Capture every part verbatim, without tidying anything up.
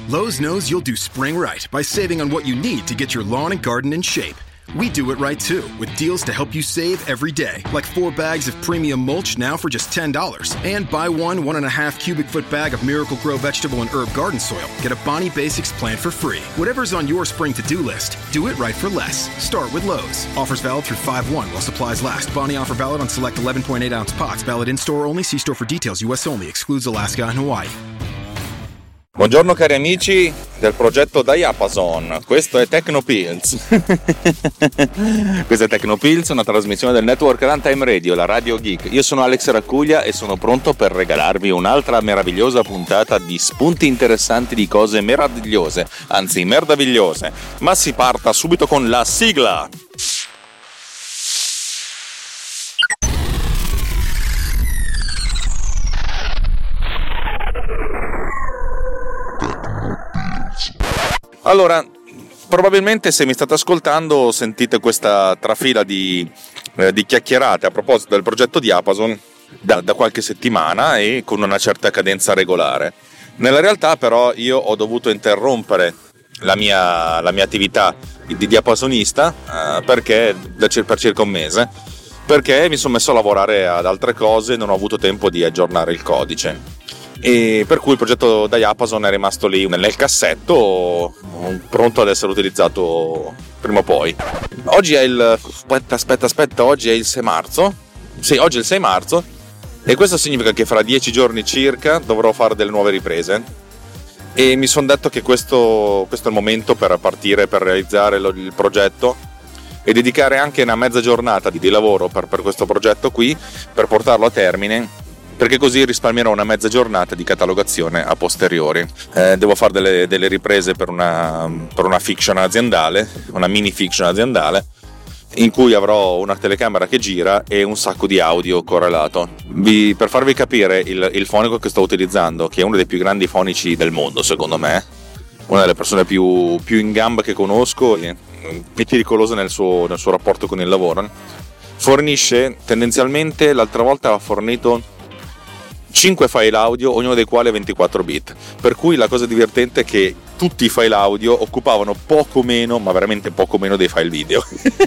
Lowe's knows you'll do spring right by saving on what you need to get your lawn and garden in shape. We do it right too, with deals to help you save every day, like four bags of premium mulch now for just ten dollars. And buy one one and a half cubic foot bag of Miracle-Gro vegetable and herb garden soil. Get a Bonnie Basics plant for free. Whatever's on your spring to-do list, do it right for less. Start with Lowe's. Offers valid through five one while supplies last. Bonnie offer valid on select eleven point eight ounce pots. Valid in-store only. See store for details. U S only. Excludes Alaska and Hawaii. Buongiorno cari amici del progetto Diapason, questo è Tecnopills. Questa è Tecnopills, una trasmissione del network Runtime Radio, la Radio Geek. Io sono Alex Raccuglia e sono pronto per regalarvi un'altra meravigliosa puntata di spunti interessanti di cose meravigliose, anzi merdavigliose. Ma si parta subito con la sigla! Allora, probabilmente se mi state ascoltando sentite questa trafila di, eh, di chiacchierate a proposito del progetto Diapason da, da qualche settimana e con una certa cadenza regolare. Nella realtà però io ho dovuto interrompere la mia, la mia attività di diapasonista eh, perché, per circa un mese, perché mi sono messo a lavorare ad altre cose e non ho avuto tempo di aggiornare il codice. E per cui il progetto Diapason è rimasto lì nel cassetto, pronto ad essere utilizzato prima o poi. Oggi è il aspetta aspetta aspetta oggi è il sei marzo. Sì, oggi è il sei marzo e questo significa che fra dieci giorni circa dovrò fare delle nuove riprese e mi sono detto che questo, questo è il momento per partire, per realizzare lo, il progetto e dedicare anche una mezza giornata di, di lavoro per, per questo progetto qui, per portarlo a termine, perché così risparmierò una mezza giornata di catalogazione a posteriori. Eh, devo fare delle, delle riprese per una, per una fiction aziendale, una mini fiction aziendale, in cui avrò una telecamera che gira e un sacco di audio correlato. Vi, per farvi capire il, il fonico che sto utilizzando, che è uno dei più grandi fonici del mondo secondo me, una delle persone più, più in gamba che conosco e pericolosa nel suo, nel suo rapporto con il lavoro, fornisce tendenzialmente, l'altra volta ha fornito cinque file audio, ognuno dei quali è ventiquattro bit, per cui la cosa divertente è che tutti i file audio occupavano poco meno, ma veramente poco meno dei file video.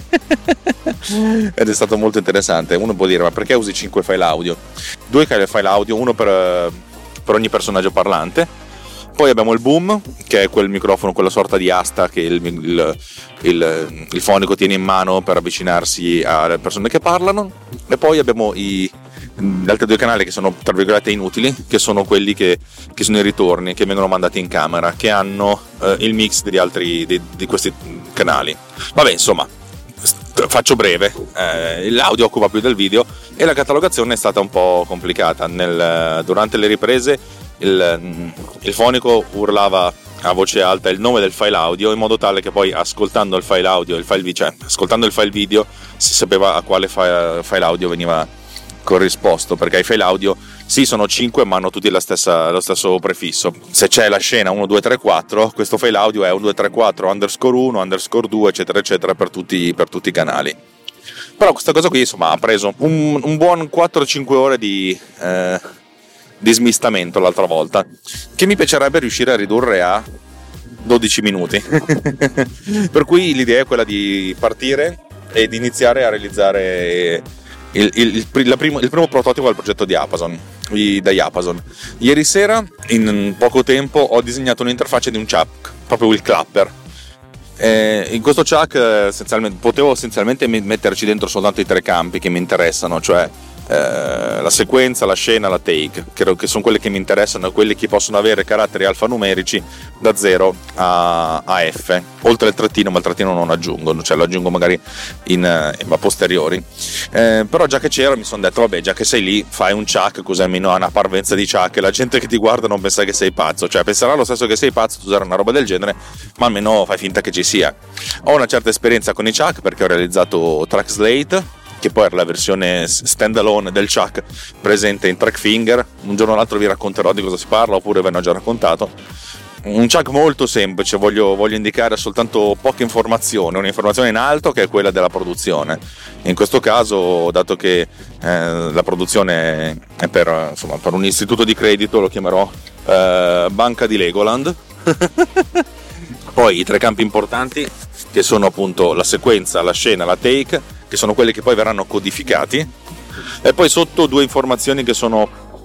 Ed è stato molto interessante. Uno può dire: ma perché usi cinque file audio? Due file audio, uno per, per ogni personaggio parlante. Poi abbiamo il boom, che è quel microfono, quella sorta di asta che il, il, il, il fonico tiene in mano per avvicinarsi alle persone che parlano. E poi abbiamo i gli altri due canali che sono tra virgolette inutili, che sono quelli che, che sono i ritorni che vengono mandati in camera, che hanno eh, il mix degli altri di, di questi canali. Vabbè, insomma, faccio breve, eh, l'audio occupa più del video e la catalogazione è stata un po' complicata. Nel, durante le riprese il, il fonico urlava a voce alta il nome del file audio in modo tale che poi ascoltando il file audio, il file, cioè, ascoltando il file video si sapeva a quale file, file audio veniva corrisposto, perché i file audio sì sono cinque ma hanno tutti la stessa, lo stesso prefisso. Se c'è la scena uno due tre quattro, questo file audio è uno due tre quattro underscore uno underscore due eccetera eccetera per tutti, per tutti i canali. Però questa cosa qui insomma ha preso un, un buon quattro cinque ore di, eh, di smistamento l'altra volta, che mi piacerebbe riuscire a ridurre a dodici minuti. Per cui l'idea è quella di partire e di iniziare a realizzare Il, il, il, la primo, il primo prototipo del progetto Diapason, di Diapason. Ieri sera, in poco tempo, ho disegnato un'interfaccia di un chuck, proprio il clapper. E in questo chuck essenzialmente, potevo essenzialmente metterci dentro soltanto i tre campi che mi interessano, cioè eh, la sequenza, la scena, la take, che, che sono quelle che mi interessano, quelli che possono avere caratteri alfanumerici da zero a, a F, oltre il trattino, ma il trattino non aggiungo, cioè lo aggiungo magari in, in a posteriori. Eh, però già che c'era mi sono detto vabbè, già che sei lì fai un chuck, così almeno ha una parvenza di chuck e la gente che ti guarda non pensa che sei pazzo, cioè penserà lo stesso che sei pazzo ad usare una roba del genere, ma almeno fai finta che ci sia. Ho una certa esperienza con i chuck perché ho realizzato TrackSlate, che poi era la versione standalone del chuck presente in TrackFinger. Un giorno o l'altro vi racconterò di cosa si parla, oppure ve ne ho già raccontato. Un chuck molto semplice, voglio, voglio indicare soltanto poche informazioni, un'informazione in alto che è quella della produzione. In questo caso, dato che eh, la produzione è per, insomma, per un istituto di credito, lo chiamerò eh, Banca di Legoland, Poi i tre campi importanti, che sono appunto la sequenza, la scena, la take, che sono quelli che poi verranno codificati, e poi sotto due informazioni che sono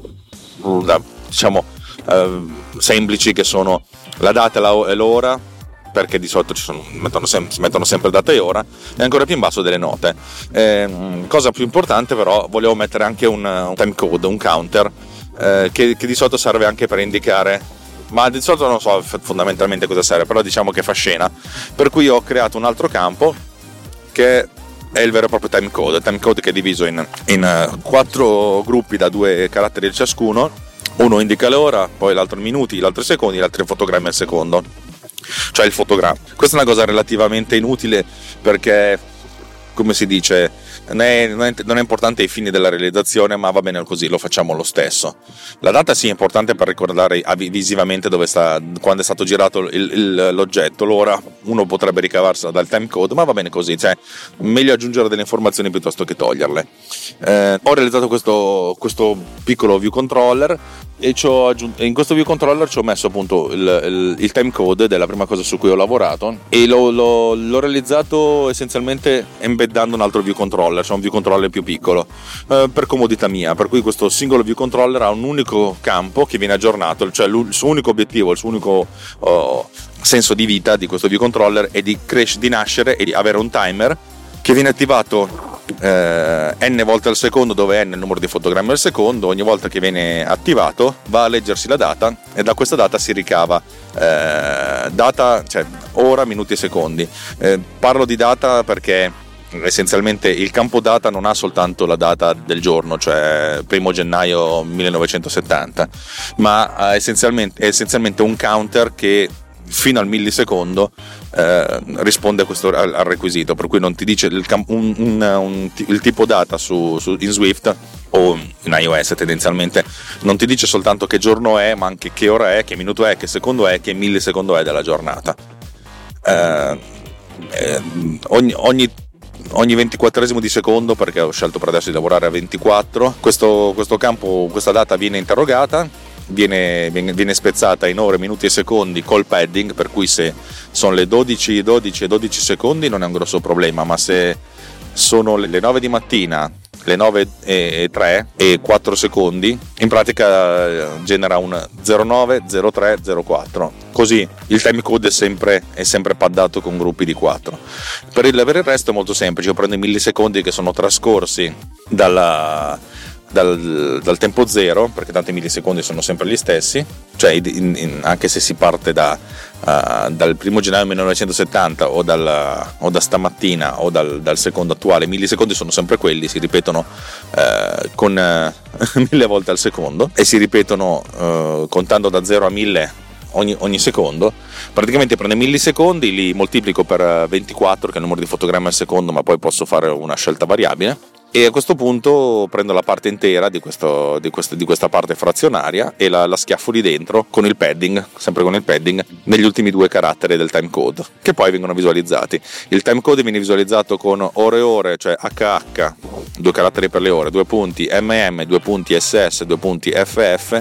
diciamo eh, semplici, che sono la data e l'ora, perché di solito ci sono, mettono sem- si mettono sempre data e ora, e ancora più in basso delle note. Eh, cosa più importante però, volevo mettere anche un, un time code, un counter, eh, che, che di solito serve anche per indicare, ma di solito non so fondamentalmente cosa serve, però diciamo che fa scena, per cui ho creato un altro campo che è il vero e proprio time code, time code che è diviso in, in quattro gruppi da due caratteri ciascuno, uno indica l'ora, poi l'altro minuti, l'altro i secondi, l'altro i fotogrammi al secondo, cioè il fotogramma. Questa è una cosa relativamente inutile perché, come si dice, non è, non, è, non è importante ai fini della realizzazione, ma va bene così, lo facciamo lo stesso. La data sì è importante per ricordare visivamente dove sta, quando è stato girato il, il, l'oggetto. L'ora uno potrebbe ricavarsela dal time code, ma va bene così, cioè meglio aggiungere delle informazioni piuttosto che toglierle. Eh, ho realizzato questo, questo piccolo view controller e aggiunto, in questo view controller ci ho messo appunto il, il, il time code della prima cosa su cui ho lavorato, e l'ho, l'ho, l'ho realizzato essenzialmente embeddando un altro view controller, cioè un view controller più piccolo, eh, per comodità mia, per cui questo singolo view controller ha un unico campo che viene aggiornato, cioè il suo unico obiettivo, il suo unico oh, senso di vita di questo view controller è di, crescere, di nascere e di avere un timer che viene attivato Eh, n volte al secondo, dove n è il numero di fotogrammi al secondo. Ogni volta che viene attivato va a leggersi la data, e da questa data si ricava eh, data, cioè ora, minuti e secondi. Eh, parlo di data perché essenzialmente il campo data non ha soltanto la data del giorno, cioè primo gennaio millenovecentosettanta, ma ha essenzialmente, è essenzialmente un counter che fino al millisecondo eh, risponde a questo, al, al requisito, per cui non ti dice il, un, un, un, il tipo data su, su, in Swift o in iOS tendenzialmente non ti dice soltanto che giorno è, ma anche che ora è, che minuto è, che secondo è, che millisecondo è della giornata. Eh, eh, ogni, ogni ogni ventiquattresimo di secondo, perché ho scelto per adesso di lavorare a ventiquattro, questo, questo campo, questa data viene interrogata, Viene, viene, viene spezzata in ore, minuti e secondi col padding, per cui se sono le dodici, dodici e dodici secondi non è un grosso problema, ma se sono le nove di mattina, le nove e tre e quattro secondi, in pratica genera un zero nove, zero tre, zero quattro, così il time code è sempre, è sempre paddato con gruppi di quattro. Per il, per il resto è molto semplice, io prendo i millisecondi che sono trascorsi dalla Dal, dal tempo zero, perché tanto i millisecondi sono sempre gli stessi, cioè in, in, anche se si parte da, uh, dal primo gennaio millenovecentosettanta o, dal, o da stamattina o dal, dal secondo attuale, i millisecondi sono sempre quelli, si ripetono uh, con uh, mille volte al secondo, e si ripetono uh, contando da zero a mille ogni, ogni secondo. Praticamente prendo i millisecondi, li moltiplico per ventiquattro, che è il numero di fotogrammi al secondo, ma poi posso fare una scelta variabile, e a questo punto prendo la parte intera di, questo, di, questo, di questa parte frazionaria e la, la schiaffo lì dentro con il padding, sempre con il padding, negli ultimi due caratteri del timecode, che poi vengono visualizzati. Il timecode viene visualizzato con ore ore, cioè H H, due caratteri per le ore, due punti M M, due punti S S, due punti F F,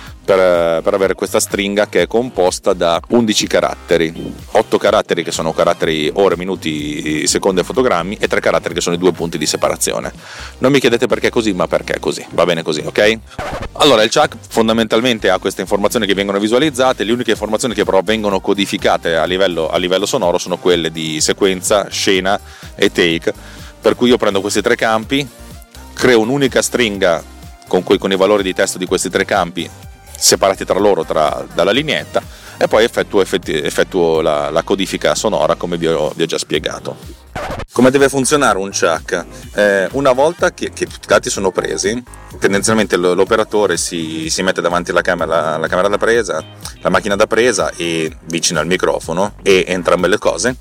Per, per avere questa stringa che è composta da undici caratteri, otto caratteri che sono caratteri ore, minuti, secondi e fotogrammi, e tre caratteri che sono i due punti di separazione. Non mi chiedete perché è così, ma perché è così, va bene così, ok? Allora, il chuck fondamentalmente ha queste informazioni che vengono visualizzate. Le uniche informazioni che però vengono codificate a livello, a livello sonoro sono quelle di sequenza, scena e take, per cui io prendo questi tre campi, creo un'unica stringa con, quei, con i valori di testo di questi tre campi separati tra loro tra, dalla lineetta, e poi effettuo, effetti, effettuo la, la codifica sonora come vi ho, vi ho già spiegato. Come deve funzionare un chuck? Eh, una volta che, che tutti i dati sono presi, tendenzialmente l'operatore si, si mette davanti alla camera, la camera da presa, la macchina da presa e vicino al microfono, e entrambe le cose,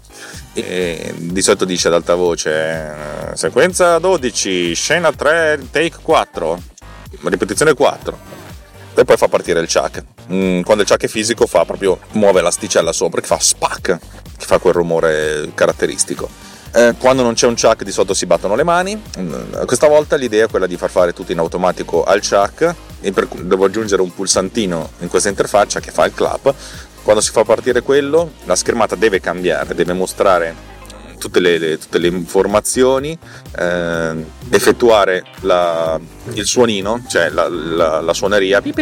e di solito dice ad alta voce sequenza dodici, scena tre, take quattro, ripetizione quattro, e poi fa partire il chuck. Mm, quando il chuck è fisico fa proprio, muove l'asticella sopra che fa spack, che fa quel rumore caratteristico. Eh, quando non c'è un chuck di solito si battono le mani. Mm, questa volta l'idea è quella di far fare tutto in automatico al chuck, e per, devo aggiungere un pulsantino in questa interfaccia che fa il clap, quando si fa partire quello, la schermata deve cambiare, deve mostrare tutte le, le, tutte le informazioni, eh, effettuare la, il suonino, cioè la, la, la suoneria per,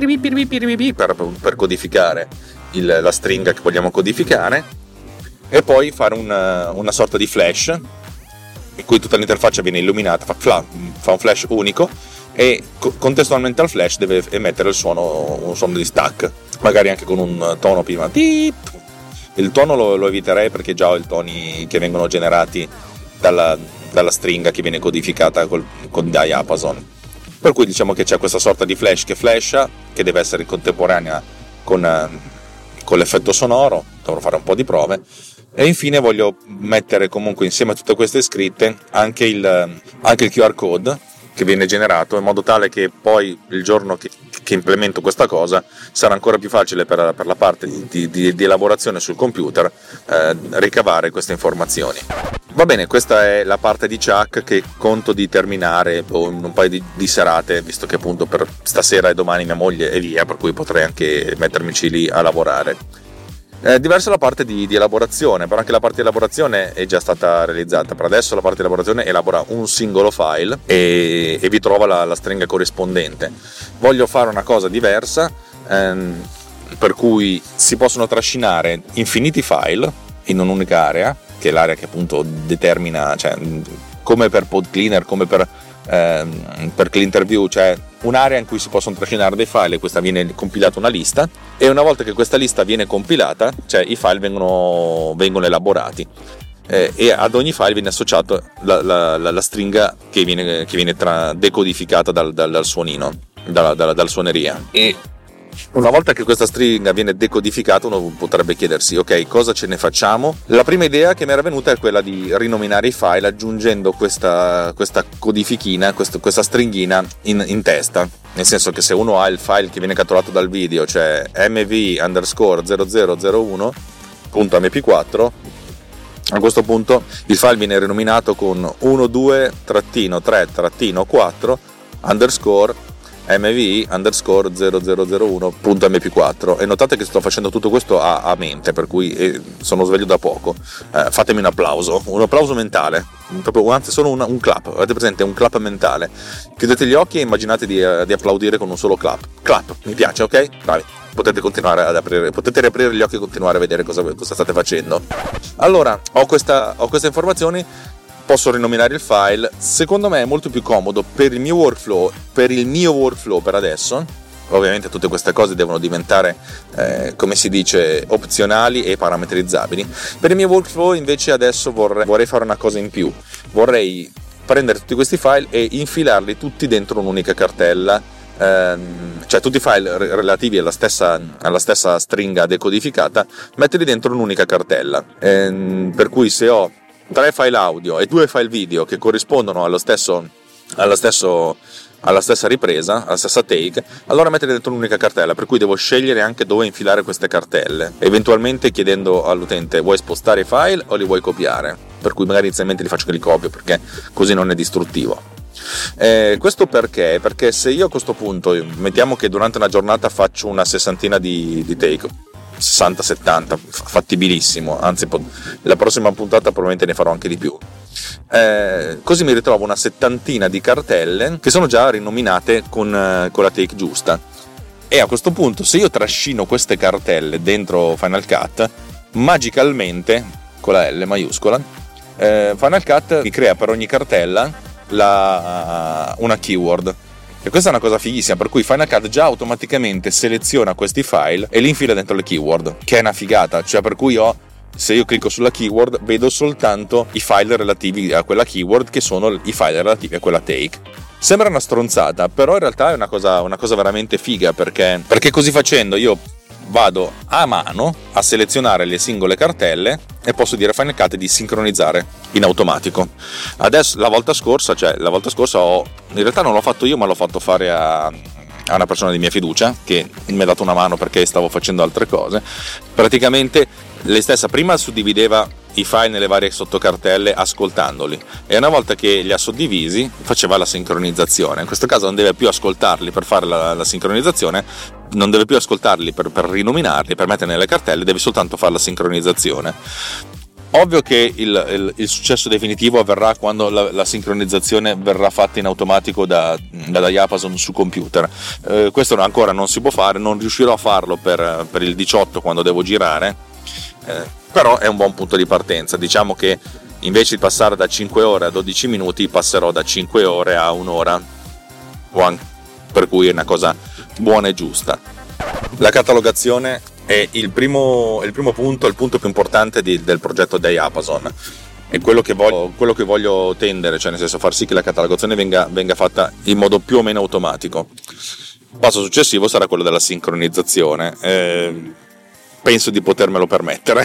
per codificare il, la stringa che vogliamo codificare, e poi fare una, una sorta di flash in cui tutta l'interfaccia viene illuminata, fa, fa un flash unico, e co- contestualmente al flash deve emettere il suono, un suono di stack, magari anche con un tono prima. Il tono lo, lo eviterei perché già ho i toni che vengono generati dalla, dalla stringa che viene codificata col, con diapason, per cui diciamo che c'è questa sorta di flash che flasha, che deve essere in contemporanea con, con l'effetto sonoro. Dovrò fare un po' di prove. E infine voglio mettere comunque insieme a tutte queste scritte anche il, anche il Q R code che viene generato, in modo tale che poi il giorno che, che implemento questa cosa sarà ancora più facile per, per la parte di, di, di elaborazione sul computer eh, ricavare queste informazioni. Va bene, questa è la parte di Chuck che conto di terminare in un paio di, di serate, visto che appunto per stasera e domani mia moglie è via, per cui potrei anche mettermici lì a lavorare. Eh, diversa la parte di, di elaborazione, però anche la parte di elaborazione è già stata realizzata. Per adesso la parte di elaborazione elabora un singolo file e, e vi trova la, la stringa corrispondente. Voglio fare una cosa diversa, ehm, per cui si possono trascinare infiniti file in un'unica area, che è l'area che appunto determina, cioè come per PodCleaner, come per, ehm, per CleanterView, cioè un'area in cui si possono trascinare dei file, e questa viene compilata una lista, e una volta che questa lista viene compilata, cioè i file vengono, vengono elaborati, eh, e ad ogni file viene associata la, la, la, la stringa che viene, che viene tra, decodificata dal, dal, dal suonino, dalla, dalla, dal suoneria. E una volta che questa stringa viene decodificata, uno potrebbe chiedersi: ok, cosa ce ne facciamo? La prima idea che mi era venuta è quella di rinominare i file aggiungendo questa, questa codifichina, questa, questa stringhina in, in testa, nel senso che se uno ha il file che viene catturato dal video, cioè mv underscore zero zero zero uno punto emme pi quattro, a questo punto il file viene rinominato con uno due tre tre quattro underscore mv underscore zero zero zero uno punto emme pi quattro, e notate che sto facendo tutto questo a, a mente, per cui eh, sono sveglio da poco. Eh, fatemi un applauso, un applauso mentale, proprio, anzi solo un, un clap. Avete presente un clap mentale? Chiudete gli occhi e immaginate di, uh, di applaudire con un solo clap. Clap, mi piace, ok? Bravi. Potete continuare ad aprire, potete riaprire gli occhi e continuare a vedere cosa, cosa state facendo. Allora, ho questa, ho queste informazioni. Posso rinominare il file. Secondo me è molto più comodo per il mio workflow, per il mio workflow per adesso. Ovviamente tutte queste cose devono diventare, eh, come si dice, opzionali e parametrizzabili. Per il mio workflow invece adesso vorrei, vorrei fare una cosa in più. Vorrei prendere tutti questi file e infilarli tutti dentro un'unica cartella, ehm, cioè tutti i file relativi alla stessa, alla stessa stringa decodificata, metterli dentro un'unica cartella. Ehm, per cui se ho tre file audio e due file video che corrispondono allo stesso, allo stesso, alla stessa ripresa, alla stessa take, allora mettere dentro un'unica cartella, per cui devo scegliere anche dove infilare queste cartelle, eventualmente chiedendo all'utente: vuoi spostare i file o li vuoi copiare? Per cui magari inizialmente li faccio che li copio, perché così non è distruttivo. Eh, questo perché? Perché se io a questo punto, mettiamo che durante una giornata faccio una sessantina di, di take, sessanta settanta, fattibilissimo, anzi la prossima puntata probabilmente ne farò anche di più, eh, così mi ritrovo una settantina di cartelle che sono già rinominate con, con la take giusta, e a questo punto se io trascino queste cartelle dentro Final Cut, magicalmente con la L maiuscola, eh, Final Cut mi crea per ogni cartella la, una keyword. E questa è una cosa fighissima, per cui Final Cut già automaticamente seleziona questi file e li infila dentro le keyword, che è una figata, cioè per cui ho, se io clicco sulla keyword vedo soltanto i file relativi a quella keyword, che sono i file relativi a quella take. Sembra una stronzata, però in realtà è una cosa, una cosa veramente figa, perché, perché così facendo io vado a mano a selezionare le singole cartelle e posso dire a Final Cut di sincronizzare in automatico. Adesso la volta scorsa, cioè la volta scorsa ho, in realtà non l'ho fatto io, ma l'ho fatto fare a, a una persona di mia fiducia che mi ha dato una mano perché stavo facendo altre cose. Praticamente lei stessa prima suddivideva i file nelle varie sottocartelle ascoltandoli, e una volta che li ha suddivisi faceva la sincronizzazione. In questo caso non deve più ascoltarli per fare la, la sincronizzazione, non deve più ascoltarli per, per rinominarli, per metterli nelle cartelle, deve soltanto fare la sincronizzazione. Ovvio che il, il, il successo definitivo avverrà quando la, la sincronizzazione verrà fatta in automatico da, da Diapason su computer. Eh, questo ancora non si può fare, non riuscirò a farlo per, per il diciotto quando devo girare, eh, però è un buon punto di partenza. Diciamo che invece di passare da cinque ore a dodici minuti passerò da cinque ore a un'ora, per cui è una cosa buona e giusta. La catalogazione è il primo, il primo punto, il punto più importante di, del progetto Diapason. È quello che, voglio, quello che voglio tendere, cioè nel senso far sì che la catalogazione venga, venga fatta in modo più o meno automatico. Il passo successivo sarà quello della sincronizzazione. Eh, penso di potermelo permettere.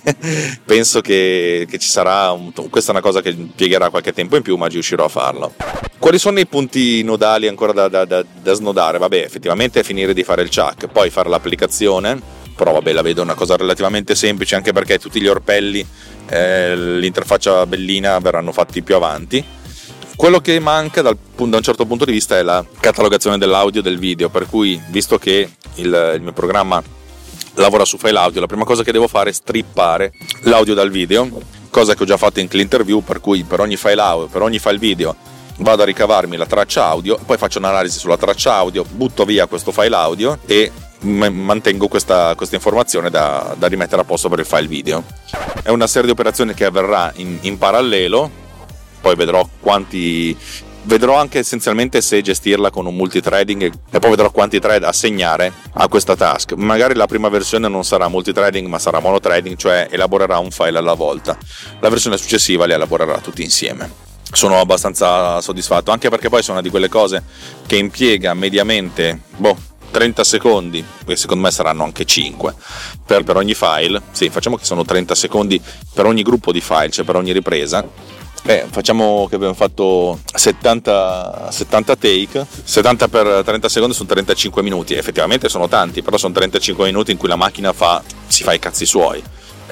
Penso che, che ci sarà un, questa è una cosa che impiegherà qualche tempo in più, ma riuscirò a farlo. Quali sono i punti nodali ancora da, da, da, da snodare? Vabbè, effettivamente è finire di fare il chuck, poi fare l'applicazione, però vabbè, la vedo una cosa relativamente semplice, anche perché tutti gli orpelli, eh, l'interfaccia bellina verranno fatti più avanti. Quello che manca dal, da un certo punto di vista è la catalogazione dell'audio e del video, per cui, visto che il, il mio programma lavora su file audio, la prima cosa che devo fare è strippare l'audio dal video, cosa che ho già fatto in CleanTerview, per cui per ogni file audio, per ogni file video vado a ricavarmi la traccia audio, poi faccio un'analisi sulla traccia audio, butto via questo file audio e m- mantengo questa, questa informazione da, da rimettere a posto per il file video. È una serie di operazioni che avverrà in, in parallelo, poi vedrò quanti... vedrò anche essenzialmente se gestirla con un multithreading e poi vedrò quanti thread assegnare a questa task. Magari la prima versione non sarà multithreading ma sarà monothreading, cioè elaborerà un file alla volta. La versione successiva li elaborerà tutti insieme. Sono abbastanza soddisfatto, anche perché poi sono una di quelle cose che impiega mediamente boh, trenta secondi, che secondo me saranno anche cinque per, per ogni file. Sì, facciamo che sono trenta secondi per ogni gruppo di file, cioè per ogni ripresa. Beh, facciamo che abbiamo fatto settanta, settanta take, settanta per trenta secondi sono trentacinque minuti, effettivamente sono tanti, però sono trentacinque minuti in cui la macchina fa, si fa i cazzi suoi,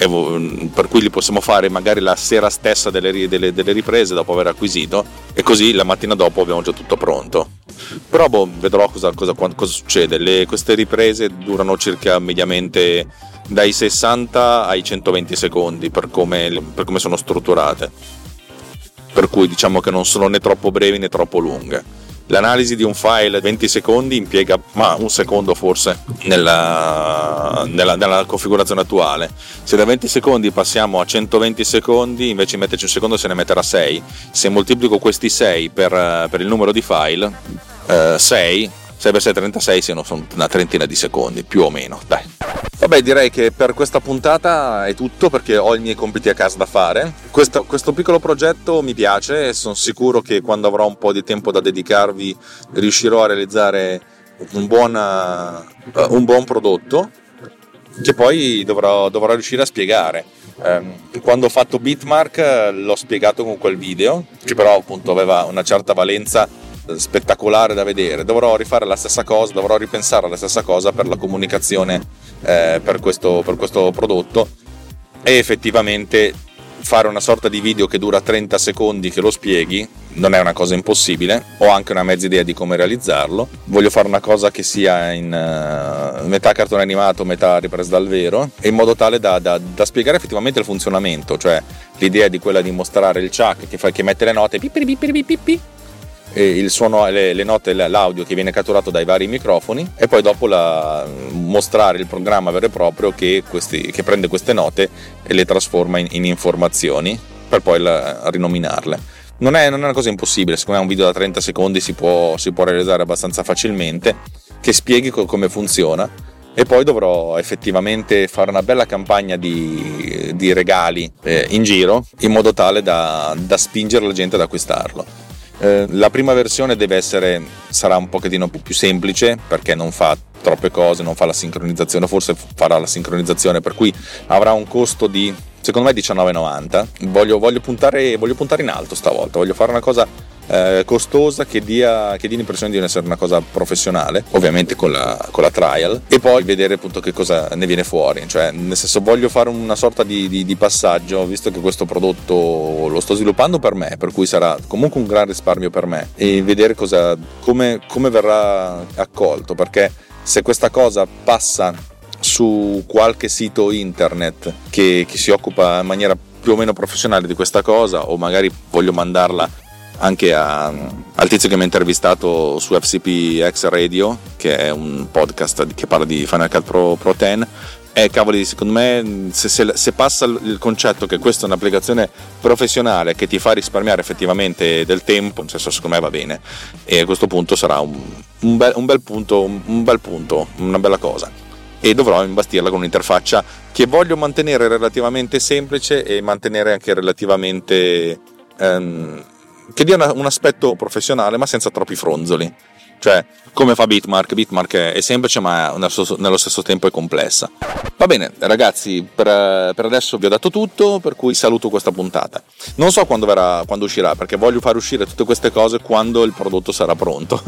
e, per cui li possiamo fare magari la sera stessa delle, delle, delle riprese dopo aver acquisito, e così la mattina dopo abbiamo già tutto pronto. Però boh, vedrò cosa, cosa, cosa succede. Le, queste riprese durano circa mediamente dai sessanta ai centoventi secondi per come, per come sono strutturate, per cui diciamo che non sono né troppo brevi né troppo lunghe. L'analisi di un file venti secondi impiega ma un secondo forse nella, nella, nella configurazione attuale. Se da venti secondi passiamo a centoventi secondi, invece di metterci un secondo se ne metterà sei. Se moltiplico questi sei per, per il numero di file, eh, sei, sei per sei trentasei, sono una trentina di secondi più o meno, dai. Vabbè, direi che per questa puntata è tutto, perché ho i miei compiti a casa da fare. Questo, questo piccolo progetto mi piace e sono sicuro che quando avrò un po' di tempo da dedicarvi riuscirò a realizzare un buon, uh, un buon prodotto che poi dovrò, dovrò riuscire a spiegare. Um, quando ho fatto Bitmark l'ho spiegato con quel video, che però appunto aveva una certa valenza spettacolare da vedere. Dovrò rifare la stessa cosa, dovrò ripensare alla stessa cosa per la comunicazione eh, per questo, per questo prodotto, e effettivamente fare una sorta di video che dura trenta secondi che lo spieghi non è una cosa impossibile. Ho anche una mezza idea di come realizzarlo. Voglio fare una cosa che sia in uh, metà cartone animato, metà ripresa dal vero, in modo tale da, da, da spiegare effettivamente il funzionamento. Cioè l'idea di quella di mostrare il chuck che, fa, che mette le note pipiri pipiri pipiri, il suono, le, le note, l'audio che viene catturato dai vari microfoni, e poi dopo la, mostrare il programma vero e proprio che, questi, che prende queste note e le trasforma in, in informazioni per poi la, rinominarle. Non è, non è una cosa impossibile, secondo me un video da trenta secondi si può, si può realizzare abbastanza facilmente, che spieghi co- come funziona, e poi dovrò effettivamente fare una bella campagna di, di regali eh, in giro, in modo tale da, da spingere la gente ad acquistarlo. Eh, la prima versione deve essere, sarà un pochettino più, più semplice, perché non fa troppe cose, non fa la sincronizzazione, forse farà la sincronizzazione, per cui avrà un costo di, secondo me, diciannove e novanta. Voglio, voglio, puntare, voglio puntare in alto stavolta, voglio fare una cosa eh, costosa che dia, che dia l'impressione di essere una cosa professionale, ovviamente con la, con la trial, e poi vedere appunto che cosa ne viene fuori. Cioè, nel senso, voglio fare una sorta di, di, di passaggio, visto che questo prodotto lo sto sviluppando per me, per cui sarà comunque un gran risparmio per me, e vedere cosa, come, come verrà accolto, perché se questa cosa passa su qualche sito internet che, che si occupa in maniera più o meno professionale di questa cosa, o magari voglio mandarla anche a, al tizio che mi ha intervistato su F C P X Radio, che è un podcast che parla di Final Cut Pro, Pro dieci, e cavoli, secondo me se, se, se passa il concetto che questa è un'applicazione professionale che ti fa risparmiare effettivamente del tempo, nel senso, secondo me va bene, e a questo punto sarà un, un, bel, un bel punto, un bel punto, una bella cosa, e dovrò imbastirla con un'interfaccia che voglio mantenere relativamente semplice e mantenere anche relativamente ehm, che dia una, un aspetto professionale ma senza troppi fronzoli. Cioè, come fa Bitmark? Bitmark è semplice ma nello stesso tempo è complessa. Va bene ragazzi, per, per adesso vi ho dato tutto, per cui saluto questa puntata. Non so quando verrà, quando uscirà, perché voglio far uscire tutte queste cose quando il prodotto sarà pronto.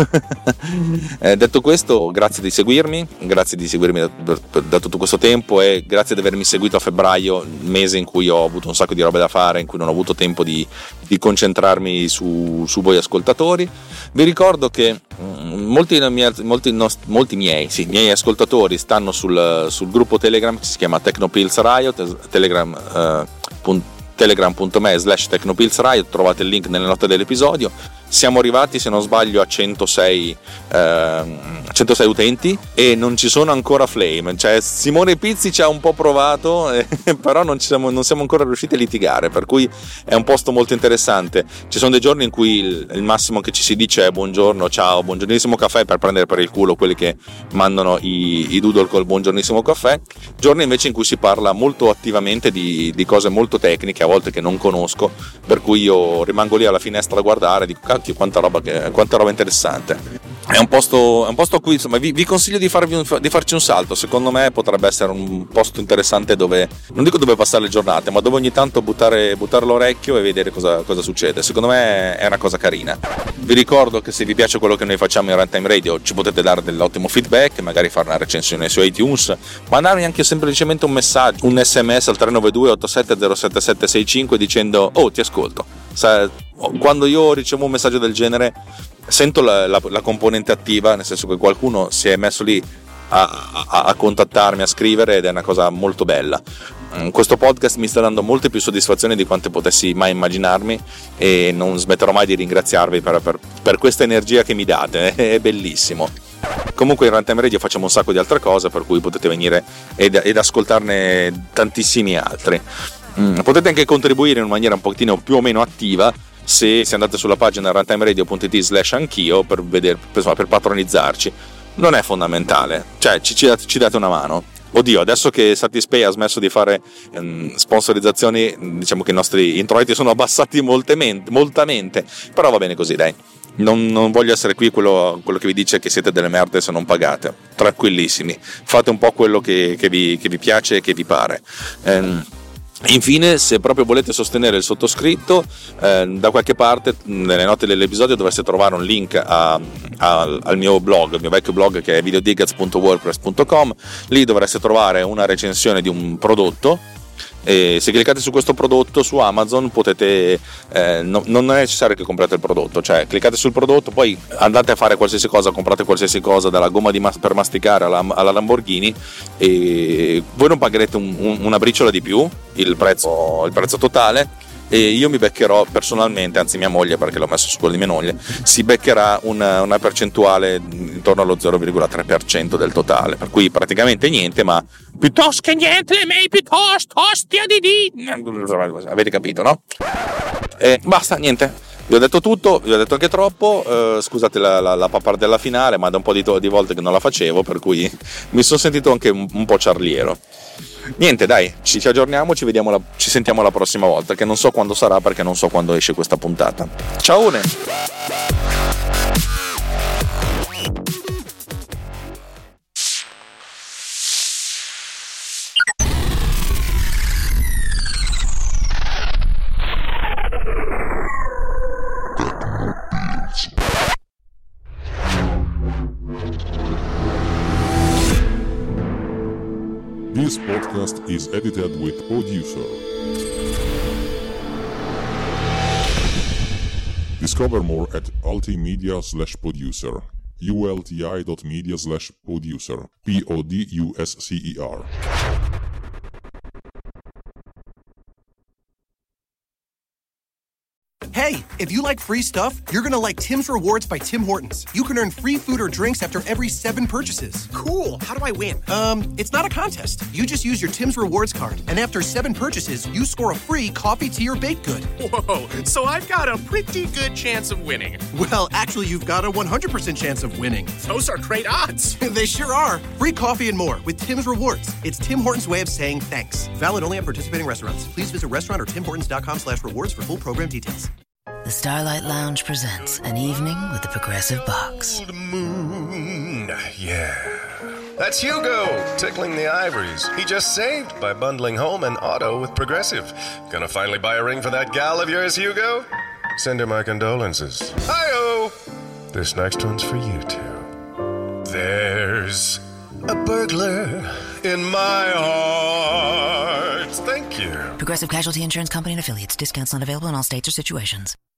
eh, detto questo, grazie di seguirmi, grazie di seguirmi da, da, da tutto questo tempo, e grazie di avermi seguito a febbraio, mese in cui ho avuto un sacco di robe da fare, in cui non ho avuto tempo di, di concentrarmi su, su voi ascoltatori. Vi ricordo che molti, molti, molti miei, sì, miei ascoltatori stanno sul, sul gruppo Telegram che si chiama Technopills Riot, telegram, eh, punto, telegram.me slash Technopills Riot, trovate il link nelle note dell'episodio. Siamo arrivati, se non sbaglio, a centosei, eh, centosei utenti e non ci sono ancora flame. Cioè, Simone Pizzi ci ha un po' provato, eh, però non, ci siamo, non siamo ancora riusciti a litigare, per cui è un posto molto interessante. Ci sono dei giorni in cui il, il massimo che ci si dice è buongiorno, ciao, buongiornissimo caffè, per prendere per il culo quelli che mandano i, i doodle col buongiornissimo caffè. Giorni invece in cui si parla molto attivamente di, di cose molto tecniche, a volte che non conosco, per cui io rimango lì alla finestra a guardare e dico cacchio, quanta roba, che, quanta roba interessante. È un posto, è un posto a cui insomma vi, vi consiglio di, farvi un, di farci un salto. Secondo me potrebbe essere un posto interessante dove, non dico dove passare le giornate, ma dove ogni tanto buttare, buttare l'orecchio e vedere cosa, cosa succede. Secondo me è una cosa carina. Vi ricordo che se vi piace quello che noi facciamo in Runtime Radio ci potete dare dell'ottimo feedback, magari fare una recensione su iTunes, mandarmi anche semplicemente un messaggio, un sms al tre nove due otto sette zero sette sette sei cinque dicendo oh, ti ascolto. Quando io ricevo un messaggio del genere sento la, la, la componente attiva, nel senso che qualcuno si è messo lì a, a, a contattarmi, a scrivere, ed è una cosa molto bella. Questo podcast mi sta dando molte più soddisfazioni di quante potessi mai immaginarmi, e non smetterò mai di ringraziarvi per, per, per questa energia che mi date, è bellissimo. Comunque in Runtime Radio facciamo un sacco di altre cose, per cui potete venire ed, ed ascoltarne tantissimi altri. Mm, potete anche contribuire in maniera un pochettino più o meno attiva se, se andate sulla pagina runtimeradio.it slash anch'io per vedere, per, per patronizzarci. Non è fondamentale, cioè ci, ci, ci date una mano. Oddio, adesso che Satispay ha smesso di fare ehm, sponsorizzazioni, diciamo che i nostri introiti sono abbassati moltemente, moltamente, però va bene così, dai. Non, non voglio essere qui quello, quello che vi dice che siete delle merde se non pagate. Tranquillissimi, fate un po' quello che, che, vi, che vi piace e che vi pare. Ehm, Infine, se proprio volete sostenere il sottoscritto, eh, da qualche parte nelle note dell'episodio dovreste trovare un link a, a, al mio blog, il mio vecchio blog, che è videodigaz punto wordpress punto com. Lì dovreste trovare una recensione di un prodotto, e se cliccate su questo prodotto su Amazon potete eh, no, non è necessario che comprate il prodotto, cioè cliccate sul prodotto, poi andate a fare qualsiasi cosa, comprate qualsiasi cosa, dalla gomma di mas- per masticare alla, alla Lamborghini, e voi non pagherete un, un, una briciola di più il prezzo, il prezzo totale, e io mi beccherò personalmente, anzi mia moglie, perché l'ho messo su quello di mia moglie, si beccherà una, una percentuale intorno allo zero virgola tre per cento del totale, per cui praticamente niente, ma piuttosto che niente, le mei piuttosto, ostia di di, avete capito, no? E basta, niente, vi ho detto tutto, vi ho detto anche troppo, eh, scusate la, la, la pappardella finale, ma da un po' di, to- di volte che non la facevo, per cui mi sono sentito anche un, un po' ciarliero. Niente, dai, ci, ci aggiorniamo, ci vediamo, la, ci sentiamo la prossima volta, che non so quando sarà perché non so quando esce questa puntata. Ciaone! Techno This podcast is edited with Producer. Discover more at ultimedia slash producer. ulti.media slash producer. P O D U S C E R. Hey, if you like free stuff, you're gonna like Tim's Rewards by Tim Hortons. You can earn free food or drinks after every seven purchases. Cool. How do I win? Um, it's not a contest. You just use your Tim's Rewards card, and after seven purchases, you score a free coffee, tea, or baked good. Whoa, so I've got a pretty good chance of winning. Well, actually, you've got a one hundred percent chance of winning. Those are great odds. They sure are. Free coffee and more with Tim's Rewards. It's Tim Hortons' way of saying thanks. Valid only at participating restaurants. Please visit restaurant or timhortons.com slash rewards for full program details. The Starlight Lounge presents an evening with the Progressive Box. Old moon, yeah. That's Hugo, tickling the ivories. He just saved by bundling home and auto with Progressive. Gonna finally buy a ring for that gal of yours, Hugo? Send her my condolences. Hi-oh! This next one's for you two. There's a burglar in my heart. Thank you. Progressive Casualty Insurance Company and Affiliates. Discounts not available in all states or situations.